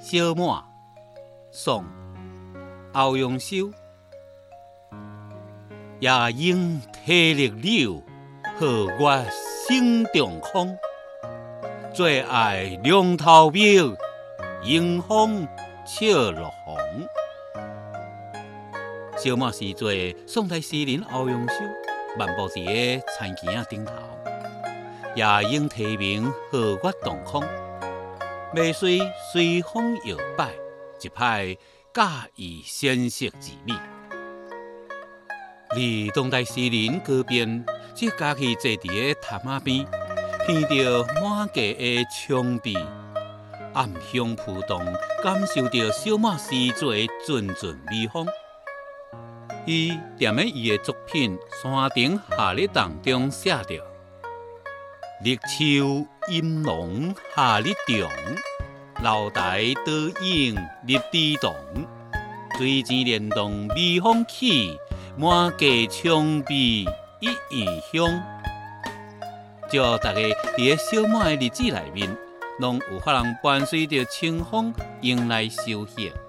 小满，宋，欧阳修。夜莺啼绿柳，皓月升中空。最爱龙头庙，迎风笑落红。小满时节，宋代诗人欧阳修漫步伫个田墘顶头，夜莺啼鸣，皓月动空，梅穗随风摇摆，一派假意仙色之美。而当代诗人高边，则家己坐伫个潭仔边，闻着满地的葱味，暗香扑动，感受着小满时节阵阵微风。伊踮咧伊的作品《山顶夏日》当中写着：绿树阴浓夏日中，楼台倒影日之动。水泉帘动微风起，满街葱味一异香。祝大家伫个小满的日子内面，拢有法通伴随着清风迎来修行。